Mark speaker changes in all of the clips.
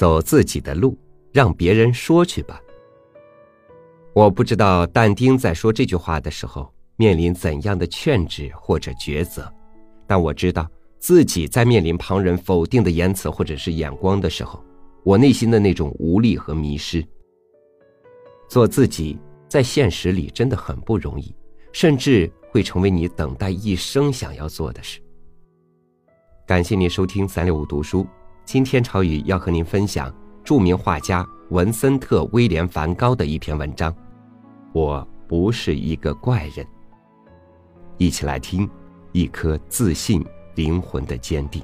Speaker 1: 走自己的路，让别人说去吧。我不知道但丁在说这句话的时候面临怎样的劝止或者抉择，但我知道自己在面临旁人否定的言辞或者是眼光的时候，我内心的那种无力和迷失。做自己在现实里真的很不容易，甚至会成为你等待一生想要做的事。感谢您收听365读书，今天朝宇要和您分享著名画家文森特·威廉·梵高的一篇文章，我不是一个怪人。一起来听一颗自信灵魂的坚定。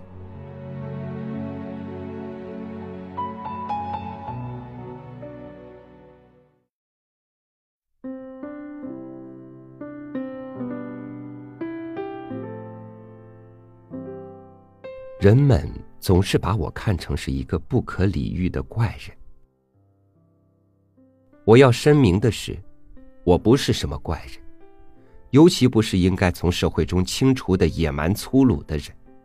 Speaker 1: 人们总是把我看成是一个不可理喻的怪人。我要声明的是，我不是什么怪人，尤其不是应该从社会中清除的野蛮粗鲁的人。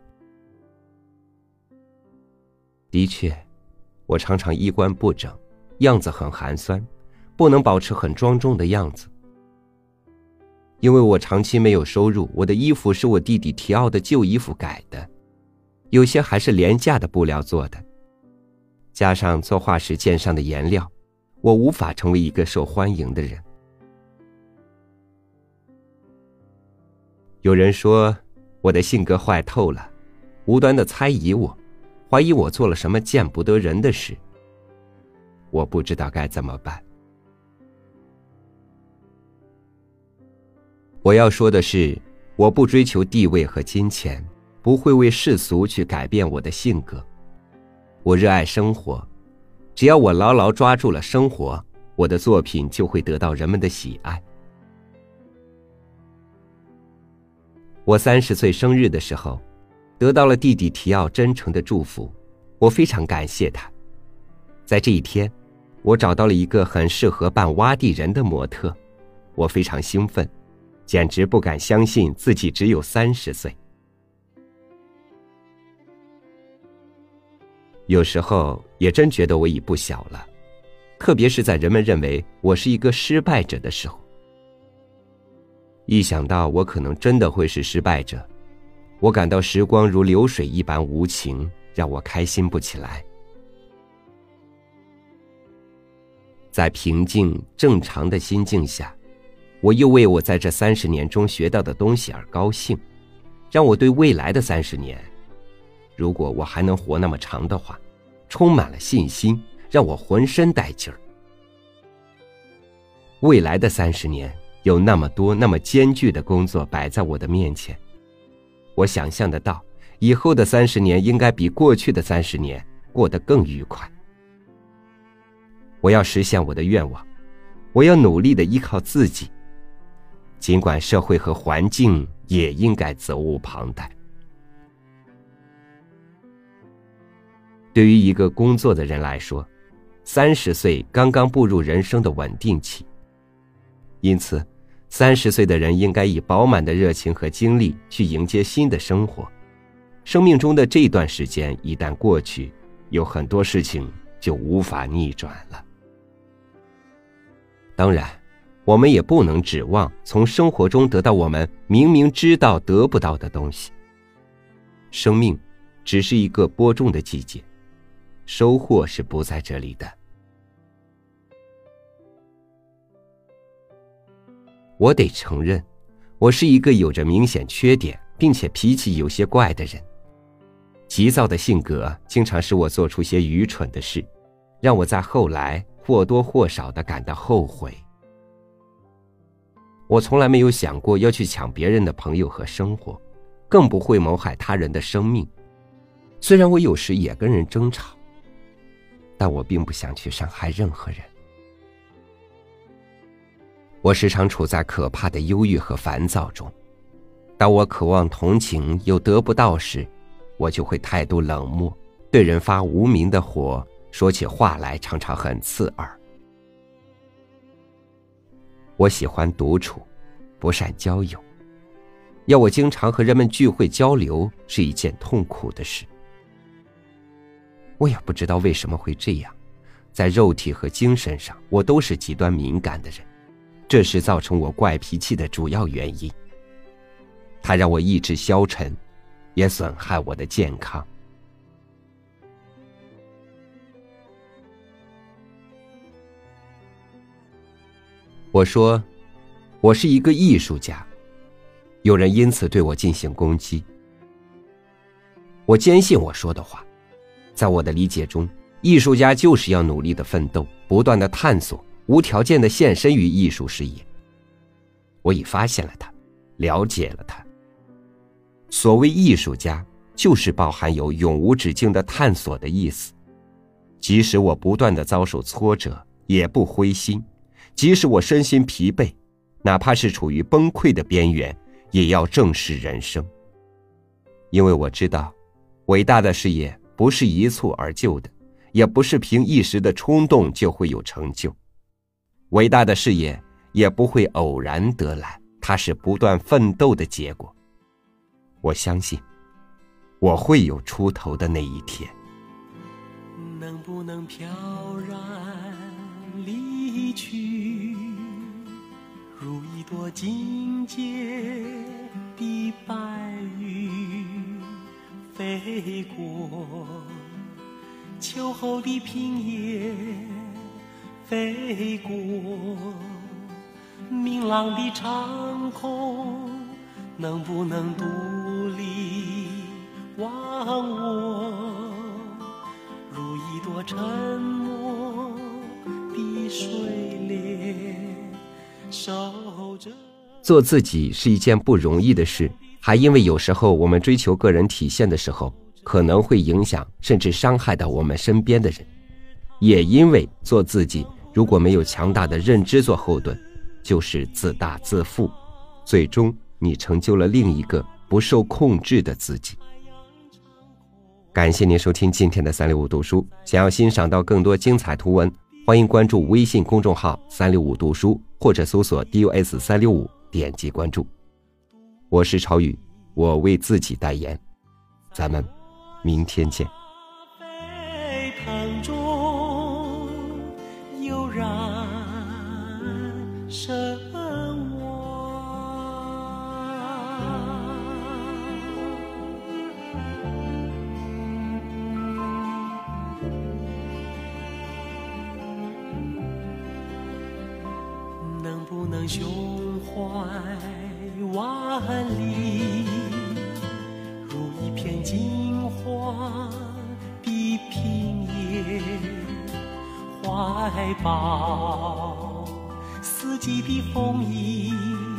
Speaker 1: 的确，我常常衣冠不整，样子很寒酸，不能保持很庄重的样子。因为我长期没有收入，我的衣服是我弟弟提奥的旧衣服改的，有些还是廉价的布料做的，加上作画时溅上的颜料，我无法成为一个受欢迎的人。有人说我的性格坏透了，无端的猜疑我，怀疑我做了什么见不得人的事。我不知道该怎么办。我要说的是，我不追求地位和金钱，不会为世俗去改变我的性格。我热爱生活，只要我牢牢抓住了生活，我的作品就会得到人们的喜爱。我30岁生日的时候，得到了弟弟提奥真诚的祝福，我非常感谢他。在这一天，我找到了一个很适合扮洼地人的模特，我非常兴奋，简直不敢相信自己只有30岁。有时候也真觉得我已不小了，特别是在人们认为我是一个失败者的时候。一想到我可能真的会是失败者，我感到时光如流水一般无情，让我开心不起来。在平静正常的心境下，我又为我在这30年中学到的东西而高兴，让我对未来的30年，如果我还能活那么长的话，充满了信心，让我浑身带劲儿。未来的30年有那么多那么艰巨的工作摆在我的面前，我想象得到以后的30年应该比过去的30年过得更愉快。我要实现我的愿望，我要努力地依靠自己，尽管社会和环境也应该责无旁贷。对于一个工作的人来说，30岁刚刚步入人生的稳定期，因此30岁的人应该以饱满的热情和精力去迎接新的生活。生命中的这段时间一旦过去，有很多事情就无法逆转了。当然，我们也不能指望从生活中得到我们明明知道得不到的东西。生命只是一个播种的季节，收获是不在这里的。我得承认，我是一个有着明显缺点，并且脾气有些怪的人。急躁的性格经常使我做出些愚蠢的事，让我在后来或多或少地感到后悔。我从来没有想过要去抢别人的朋友和生活，更不会谋害他人的生命。虽然我有时也跟人争吵，但我并不想去伤害任何人。我时常处在可怕的忧郁和烦躁中，当我渴望同情又得不到时，我就会态度冷漠，对人发无名的火，说起话来常常很刺耳。我喜欢独处，不善交友，要我经常和人们聚会交流是一件痛苦的事。 我也不知道为什么会这样，在肉体和精神上，我都是极端敏感的人，这是造成我怪脾气的主要原因。它让我意志消沉，也损害我的健康。我说，我是一个艺术家，有人因此对我进行攻击。我坚信我说的话，在我的理解中，艺术家就是要努力的奋斗，不断的探索，无条件的献身于艺术事业。我已发现了它，了解了它。所谓艺术家，就是包含有永无止境的探索的意思。即使我不断的遭受挫折，也不灰心；即使我身心疲惫，哪怕是处于崩溃的边缘，也要正视人生。因为我知道，伟大的事业不是一蹴而就的，也不是凭一时的冲动就会有成就。伟大的事业也不会偶然得来，它是不断奋斗的结果。我相信，我会有出头的那一天。
Speaker 2: 能不能飘然离去，如一朵荆棘的白云，飞过秋后的平野，飞过明朗的长空，能不能独立忘我，如一朵沉默的睡莲，守着。
Speaker 1: 做自己是一件不容易的事，还因为有时候我们追求个人体现的时候，可能会影响甚至伤害到我们身边的人。也因为做自己如果没有强大的认知做后盾，就是自大自负，最终你成就了另一个不受控制的自己。感谢您收听今天的365读书，想要欣赏到更多精彩图文，欢迎关注微信公众号365读书，或者搜索 DUS365 点击关注。我是朝宇，我为自己代言，咱们明天见。
Speaker 2: 沸腾中悠然神能不能胸怀万里，如一片金黄的平野，怀抱四季的风衣，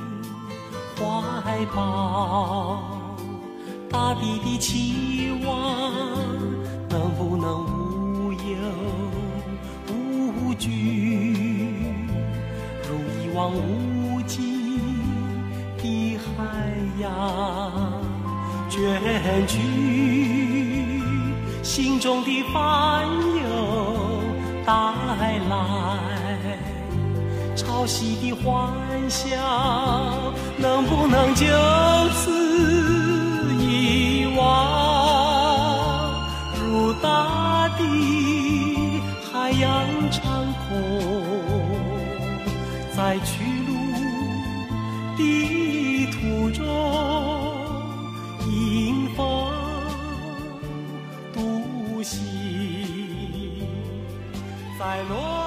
Speaker 2: 怀抱大地的期望，能不能无忧无惧，如一望无际的海洋，卷去心中的烦忧，带来潮汐的幻想，能不能就此遗忘，如大地海洋长空，在去路的途中迎风独行，在落